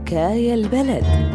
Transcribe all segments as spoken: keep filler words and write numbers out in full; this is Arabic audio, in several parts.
حكاية البلد.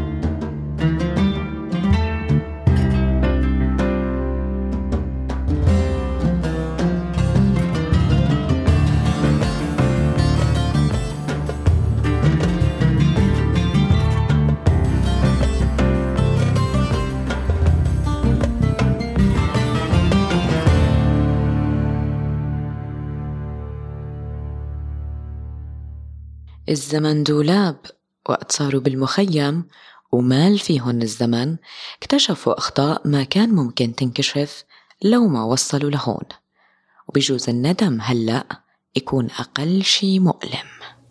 الزمن دولاب، وقت صاروا بالمخيم ومال فيهن الزمن اكتشفوا أخطاء ما كان ممكن تنكشف لو ما وصلوا لهون، وبيجوز الندم هلأ يكون أقل شي مؤلم.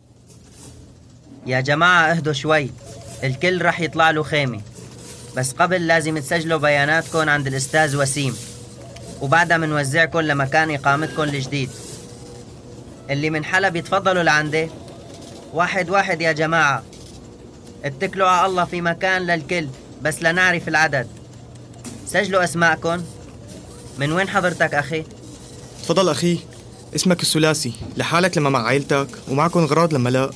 يا جماعة اهدوا شوي، الكل رح يطلع له خيمة، بس قبل لازم تسجلوا بياناتكم عند الأستاذ وسيم، وبعدها منوزعكم لمكان إقامتكم الجديد. اللي من حلب يتفضلوا لعندي، واحد واحد يا جماعة. اتكلوا على الله، في مكان للكل بس لنعرف العدد. سجلوا أسماءكم. من وين حضرتك أخي؟ تفضل أخي، اسمك الثلاثي، لحالك لما مع عائلتك ومعكم غراض لما لا.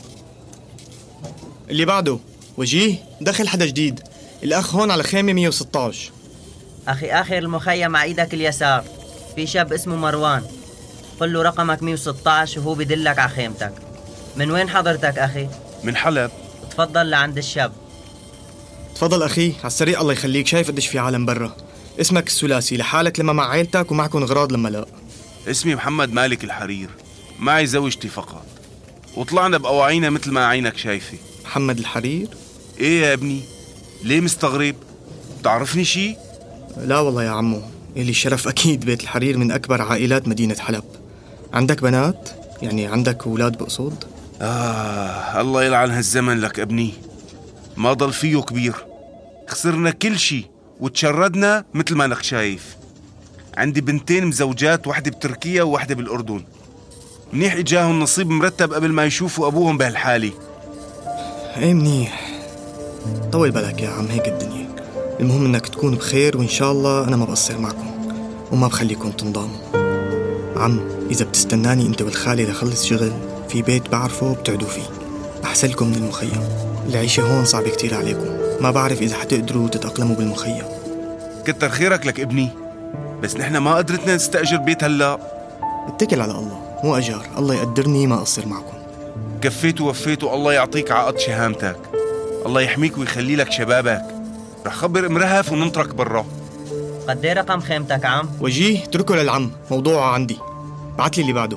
اللي بعده وجيه، دخل حدا جديد، الأخ هون على خيمة مية وستة عشر. أخي آخر المخيم على إيدك اليسار في شاب اسمه مروان، قل له رقمك مية وستة عشر وهو بدلك على خيمتك. من وين حضرتك أخي؟ من حلب. تفضل لعند الشاب. تفضل أخي، على السريع الله يخليك، شايف قديش في عالم برا. اسمك الثلاثي، لحالك لما مع عائلتك ومعكم غراض لما لا. اسمي محمد مالك الحرير، معي زوجتي فقط، وطلعنا بقواعينا مثل ما عينك شايفة. محمد الحرير؟ ايه يا ابني، ليه مستغرب؟ بتعرفني شي؟ لا والله يا عمو، إلي الشرف أكيد. بيت الحرير من أكبر عائلات مدينة حلب. عندك بنات؟ يعني عندك أولاد بقصد؟ آه الله يلعن هالزمن لك ابني، ما ضل فيه كبير. خسرنا كل شي وتشردنا مثل ما انك شايف. عندي بنتين مزوجات، واحدة بتركيا وواحدة بالأردن. منيح إجاهم نصيب مرتب قبل ما يشوفوا أبوهم بهالحالة. ايه منيح، طول بالك يا عم، هيك الدنيا. المهم انك تكون بخير، وإن شاء الله أنا ما بقصر معكم وما بخليكم تنضاموا. عم، إذا بتستناني أنت والخالي لخلص شغل، في بيت بعرفه بتعدوا فيه أحسن لكم من المخيم. العيشة هون صعبة كتير عليكم، ما بعرف إذا حتقدروا تتأقلموا بالمخيم. كتر خيرك لك ابني، بس نحن ما قدرتنا نستأجر بيت هلا. اتكل على الله، مو أجار. الله يقدرني ما أقصر معكم. كفيت ووفيت، والله يعطيك عقد شهامتك. الله يحميك ويخلي لك شبابك. رح خبر امرهف وننطرك برا. قد ايه رقم خيمتك عم؟ وجيه، اتركه للعم، موضوعه عندي. بعت لي اللي بعده.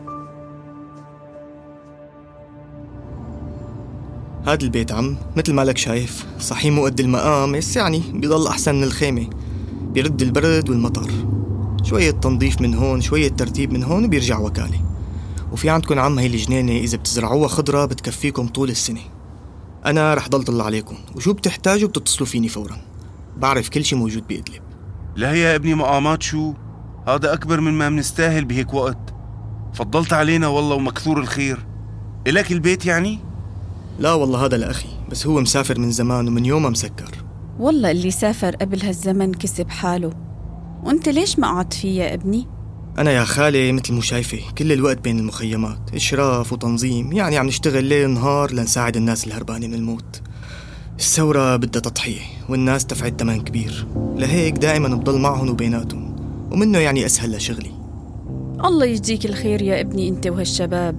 هاد البيت عم، مثل ما لك شايف، صحيح مو قد المقام، بس يعني بيضل أحسن من الخيمة. بيرد البرد والمطر، شوية تنظيف من هون، شوية ترتيب من هون، وبيرجع وكالة. وفي عندكم عم هاي الجنينة، إذا بتزرعوها خضرة بتكفيكم طول السنة. أنا رح ضل طلع عليكم، وشو بتحتاجوا بتتصلوا فيني فورا. بعرف كل شي موجود بإدلب. لا يا ابني، مقامات شو؟ هذا أكبر من ما منستاهل بهيك وقت. فضلت علينا والله ومكثور الخير. إلك البيت يعني؟ لا والله، هذا لأخي، بس هو مسافر من زمان ومن يوم ما مسكر. والله اللي سافر قبل هالزمن كسب حاله. وانت ليش ما قعدت فيه يا ابني؟ أنا يا خالي مثل مو شايفة كل الوقت بين المخيمات، إشراف وتنظيم، يعني عم نشتغل ليل نهار لنساعد الناس الهربانة من الموت. الثورة بدها تضحية، والناس دفعت ثمن كبير، لهيك دائما بضل معهم وبيناتهم، ومنه يعني أسهل لشغلي. الله يجزيك الخير يا ابني انت وهالشباب.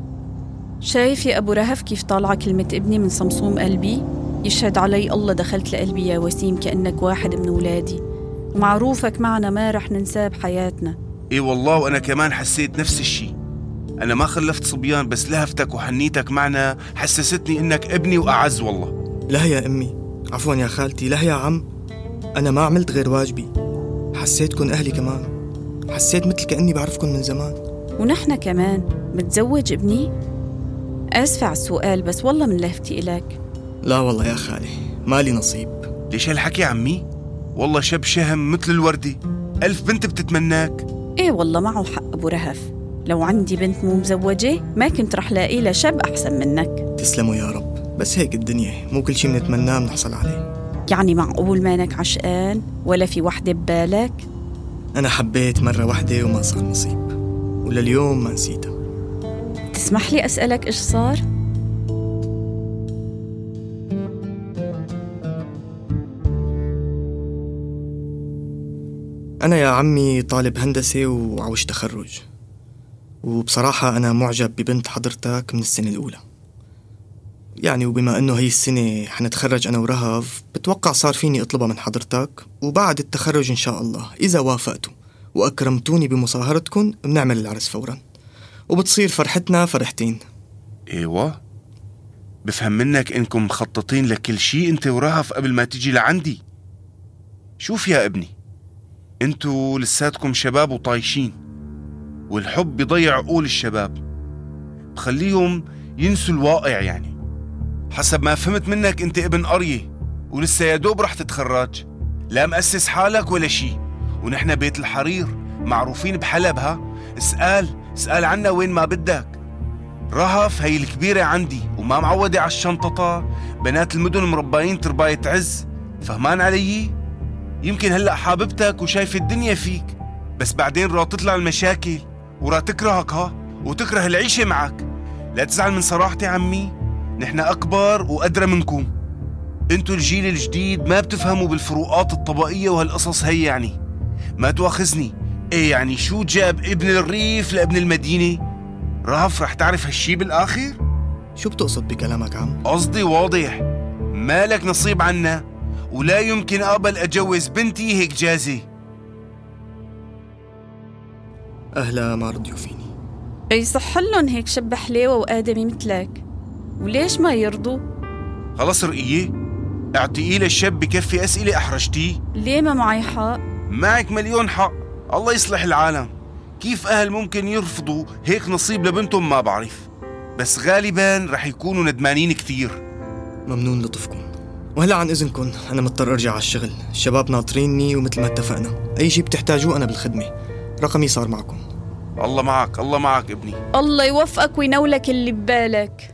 شايف يا أبو رهف كيف طالعة كلمة ابني من صمصوم قلبي؟ يشهد علي الله دخلت لقلبي يا وسيم، كأنك واحد من أولادي، ومعروفك معنا ما رح ننساه بحياتنا. إيه والله، وأنا كمان حسيت نفس الشي. أنا ما خلفت صبيان، بس لهفتك وحنيتك معنا حسستني إنك ابني وأعز والله. لا يا أمي، عفوا يا خالتي، لا يا عم، أنا ما عملت غير واجبي. حسيتكن أهلي كمان، حسيت مثل كأني بعرفكن من زمان. ونحن كمان. متزوج ابني؟ أسفع السؤال، بس والله من لهفتي إلك. لا والله يا خالي، مالي نصيب. ليش هالحكي عمي؟ والله شاب شهم مثل الوردة، ألف بنت بتتمناك. إيه والله معه حق أبو رهف، لو عندي بنت مو مزوجة ما كنت رح لاقي لها شاب أحسن منك. تسلموا يا رب، بس هيك الدنيا، مو كل شي منتمناه بنحصل عليه. يعني معقول مانك عشقان ولا في وحدة ببالك؟ أنا حبيت مرة واحدة وما صار نصيب، ولليوم ما نسيتها. تسمح لي أسألك إيش صار؟ أنا يا عمي طالب هندسة وعوش تخرج، وبصراحة أنا معجب ببنت حضرتك من السنة الأولى يعني، وبما أنه هي السنة حنتخرج أنا ورهف بتوقع صار فيني أطلبها من حضرتك، وبعد التخرج إن شاء الله إذا وافقتوا وأكرمتوني بمصاهرتكم بنعمل العرس فورا، وبتصير فرحتنا فرحتين. ايوه، بفهم منك انكم مخططين لكل شيء انت ورهف قبل ما تجي لعندي. شوف يا ابني، انتوا لساتكم شباب وطايشين، والحب بيضيع عقول الشباب، بخليهم ينسوا الواقع. يعني حسب ما فهمت منك انت ابن قرية ولسه يا دوب رح تتخرج، لا مؤسس حالك ولا شي، ونحن بيت الحرير معروفين بحلب. ها اسأل اسأل عنا وين ما بدك. رهف هي الكبيرة عندي وما معودة على الشنططة، بنات المدن مرباين ترباية عز، فهمان علي؟ يمكن هلأ حاببتك وشايف الدنيا فيك، بس بعدين راه تطلع المشاكل وراه تكرهك ها وتكره العيشة معك. لا تزعل من صراحتي عمي، نحن أكبر وأدرى منكم، انتوا الجيل الجديد ما بتفهموا بالفروقات الطبقية وهالقصص هي. يعني ما تواخذني، ايه يعني شو جاب ابن الريف لابن المدينة؟ رهف رح تعرف هالشي بالآخر؟ شو بتقصد بكلامك عم؟ قصدي واضح، مالك نصيب عنا، ولا يمكن أقبل أجوز بنتي هيك جازي. أهلا ما رضيوا فيني. يصح لهم هيك شب حليوة وآدمي مثلك، وليش ما يرضوا؟ خلص رقية، اعطيه للشاب بكفي أسئلة أحرجتيه. ليه ما معي حق؟ معك مليون حق، الله يصلح العالم. كيف أهل ممكن يرفضوا هيك نصيب لبنتهم ما بعرف، بس غالباً رح يكونوا ندمانين كتير. ممنون لطفكم، وهلا عن إذنكم أنا مضطر أرجع على الشغل، الشباب ناطريني ومثل ما اتفقنا أي شي بتحتاجوه أنا بالخدمة، رقمي صار معكم. الله معك الله معك ابني. الله يوفقك وينولك اللي ببالك.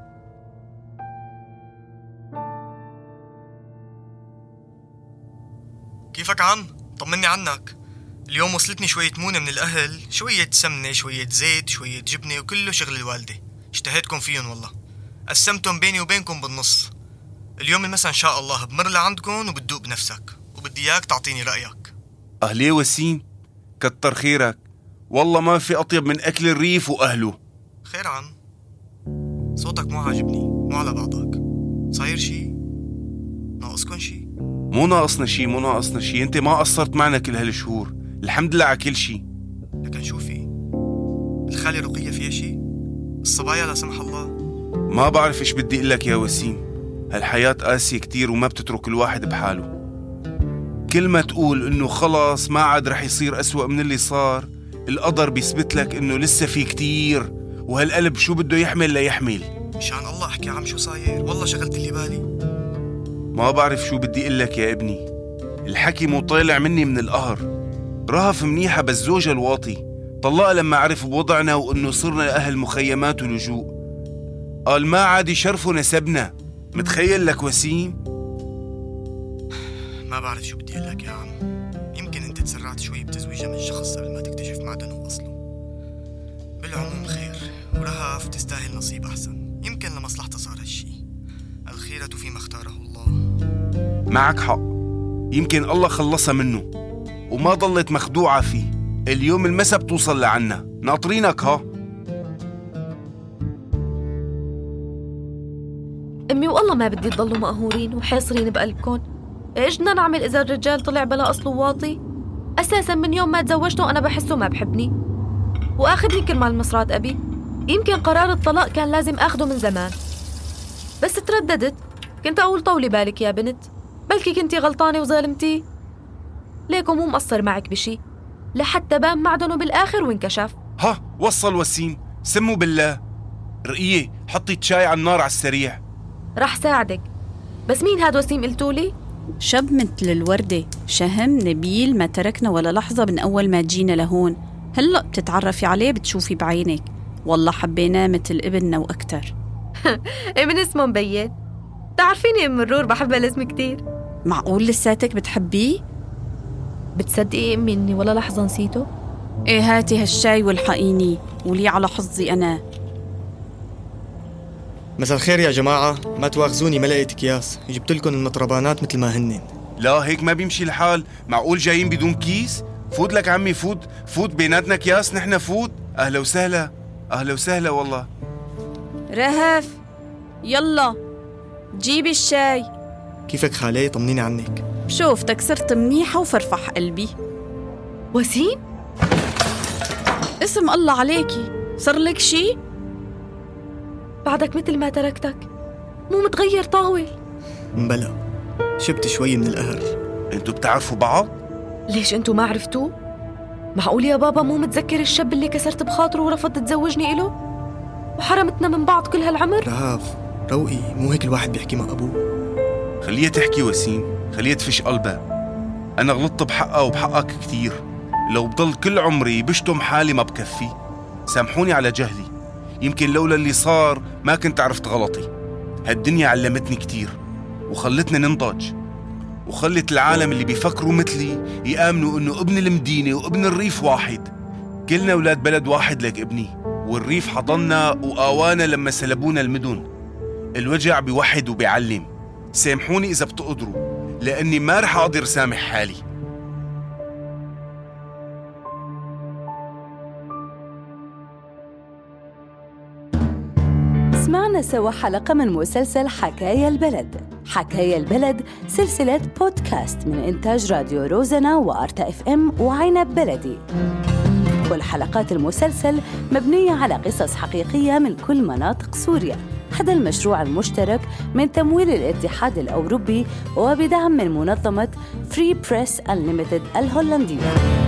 كيفك عم؟ طمني عنك. اليوم وصلتني شوية مونة من الأهل، شوية سمنة شوية زيت شوية جبنة وكله شغل الوالدة، اشتهيتكم فيهم والله، قسمتهم بيني وبينكم بالنص. اليوم المساء إن شاء الله بمر لعندكم وبتدوق بنفسك، وبدي إياك تعطيني رأيك. أهلي وسيم، كتر خيرك، والله ما في أطيب من أكل الريف وأهله. خير عم، صوتك مو عاجبني، مو على بعضك، صاير شي؟ ناقصكن شي؟ مو ناقصنا شي مو ناقصنا شي، انت ما قصرت معنا كل هالشهور، الحمد لله على كل شي. لكن شوفي، الخالة رقية فيها شي؟ الصبايا لا سمح الله؟ ما بعرف ايش بدي اقول لك يا وسيم، هالحياة قاسية كتير وما بتترك الواحد بحاله. كل ما تقول انه خلاص ما عاد رح يصير أسوأ من اللي صار، القدر بيثبت لك انه لسه في كتير، وهالقلب شو بده يحمل ليحمل. مشان الله احكي عم شو صاير، والله شغلت اللي بالي. ما بعرف شو بدي اقول لك يا ابني، الحكي مو طالع مني من القهر. رهف منيحة بس زوجها الواطي طلقها لما عرف بوضعنا وانه صرنا اهل مخيمات ولجوء، قال ما عاد يشرفوا نسبنا. متخيل لك وسيم؟ ما بعرف شو بدي اقول لك يا عم، يمكن انت تسرعت شوي بتزويجها من شخص قبل ما تكتشف معدنه واصله. بالعموم خير، ورهف تستاهل نصيب احسن، يمكن لمصلحتها صار هالشي، الخيرة فيما اختاره الله. معك حق، يمكن الله خلصها منه وما ضلت مخدوعة فيه. اليوم المسا بتوصل لعنا، ناطرينك. ها أمي والله ما بدي تضلوا مقهورين وحاصرين بقلبكن. إيش بدنا نعمل إذا الرجال طلع بلا أصله واطي؟ أساساً من يوم ما تزوجته أنا بحسه ما بحبني وآخذني كرمال مصرات أبي. يمكن قرار الطلاق كان لازم أخده من زمان، بس ترددت. كنت أقول طولي بالك يا بنت، بلكي كنتي غلطانة وظالمتي. ليكو مو مقصر معك بشي، لحتى بان معدنه بالآخر وانكشف. ها وصل وسيم، سموا بالله. رقية حطي شاي على النار على السريع. رح ساعدك، بس مين هاد وسيم قلتولي؟ شاب مثل الوردة، شهم نبيل، ما تركنا ولا لحظة من أول ما جينا لهون. هلأ بتتعرفي عليه بتشوفي بعينك، والله حبيناه مثل ابننا وأكتر. ابن اسمه مبين، تعرفيني ام مرور بحب الاسم كتير. معقول لساتك بتحبيه؟ بتصدقي امي اني ولا لحظة نسيته؟ ايه هاتي هالشاي والحقيني ولي على حظي أنا. مساء الخير يا جماعة، ما تواخذوني ما لقيت اكياس، جبت لكم المطربانات مثل ما هنن. لا هيك ما بيمشي الحال، معقول جايين بدون كيس؟ فوت لك عمي، فوت فوت بيناتنا اكياس نحن، فوت. أهلا وسهلا، أهلا وسهلا والله. رهف يلا جيبي الشاي. كيفك خالي؟ طمنيني عنك. شوفتك صرت منيحة وفرفح قلبي. وسيم؟ اسم الله عليكي، صار لك شي؟ بعدك مثل ما تركتك، مو متغير طاول. مبلا شبت شوي من القهر. انتوا بتعرفوا بعض؟ ليش انتو ما عرفتوه؟ معقول يا بابا مو متذكر الشاب اللي كسرت بخاطره ورفض تزوجني إله؟ وحرمتنا من بعض كل هالعمر؟ رهف روقي، مو هيك الواحد بيحكي مع أبوه. خليها تحكي وسيم، خليها تفش قلبها. أنا غلطت بحقها وبحقك كتير، لو بضل كل عمري بشتم حالي ما بكفي. سامحوني على جهلي، يمكن لولا اللي صار ما كنت عرفت غلطي. هالدنيا علمتني كتير وخلتني ننضج، وخلت العالم اللي بيفكروا مثلي يآمنوا إنه ابن المدينة وابن الريف واحد. كلنا أولاد بلد واحد لك ابني، والريف حضننا وآوانا لما سلبونا المدن. الوجع بيوحد وبيعلم. سامحوني إذا بتقدروا، لأني ما رح أقدر سامح حالي. سمعنا سوا حلقة من مسلسل حكاية البلد. حكاية البلد سلسلة بودكاست من إنتاج راديو روزنا وأرتا اف ام وعنب بلدي. كل حلقات المسلسل مبنية على قصص حقيقية من كل مناطق سوريا. هذا المشروع المشترك من تمويل الاتحاد الأوروبي وبدعم من منظمة Free Press Unlimited الهولندية.